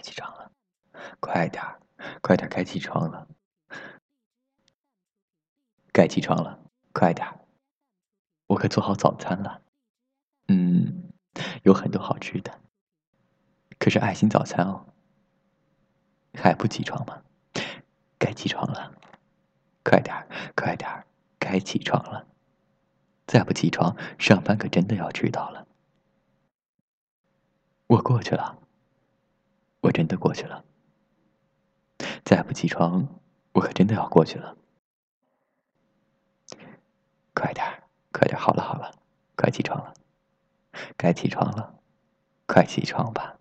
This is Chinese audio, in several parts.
起床了，快点儿，快点儿该起床了，该起床了，快点儿，我可做好早餐了。嗯，有很多好吃的，可是爱心早餐哦。还不起床吗？该起床了，快点儿，快点儿，该起床了。再不起床，上班可真的要迟到了。我过去了，我真的过去了。再不起床，我可真的要过去了。快点儿，快点儿，好了好了，快起床了，该起床了，快起床吧。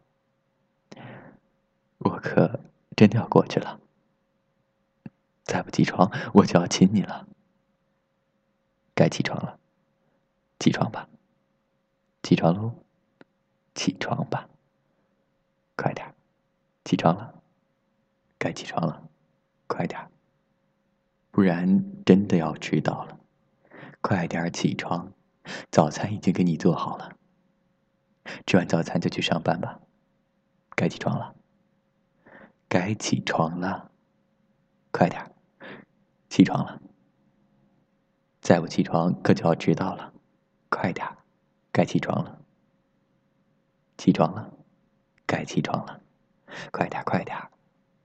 我可真的要过去了。再不起床，我就要亲你了。该起床了，起床吧，起床喽，起床吧，快点儿，起床了，该起床了，快点儿，不然真的要迟到了。快点儿起床，早餐已经给你做好了。吃完早餐就去上班吧。该起床了，该起床了，快点儿，起床了。再不起床可就要迟到了，快点儿，该起床了，起床了，该起床了，快点儿，快点儿，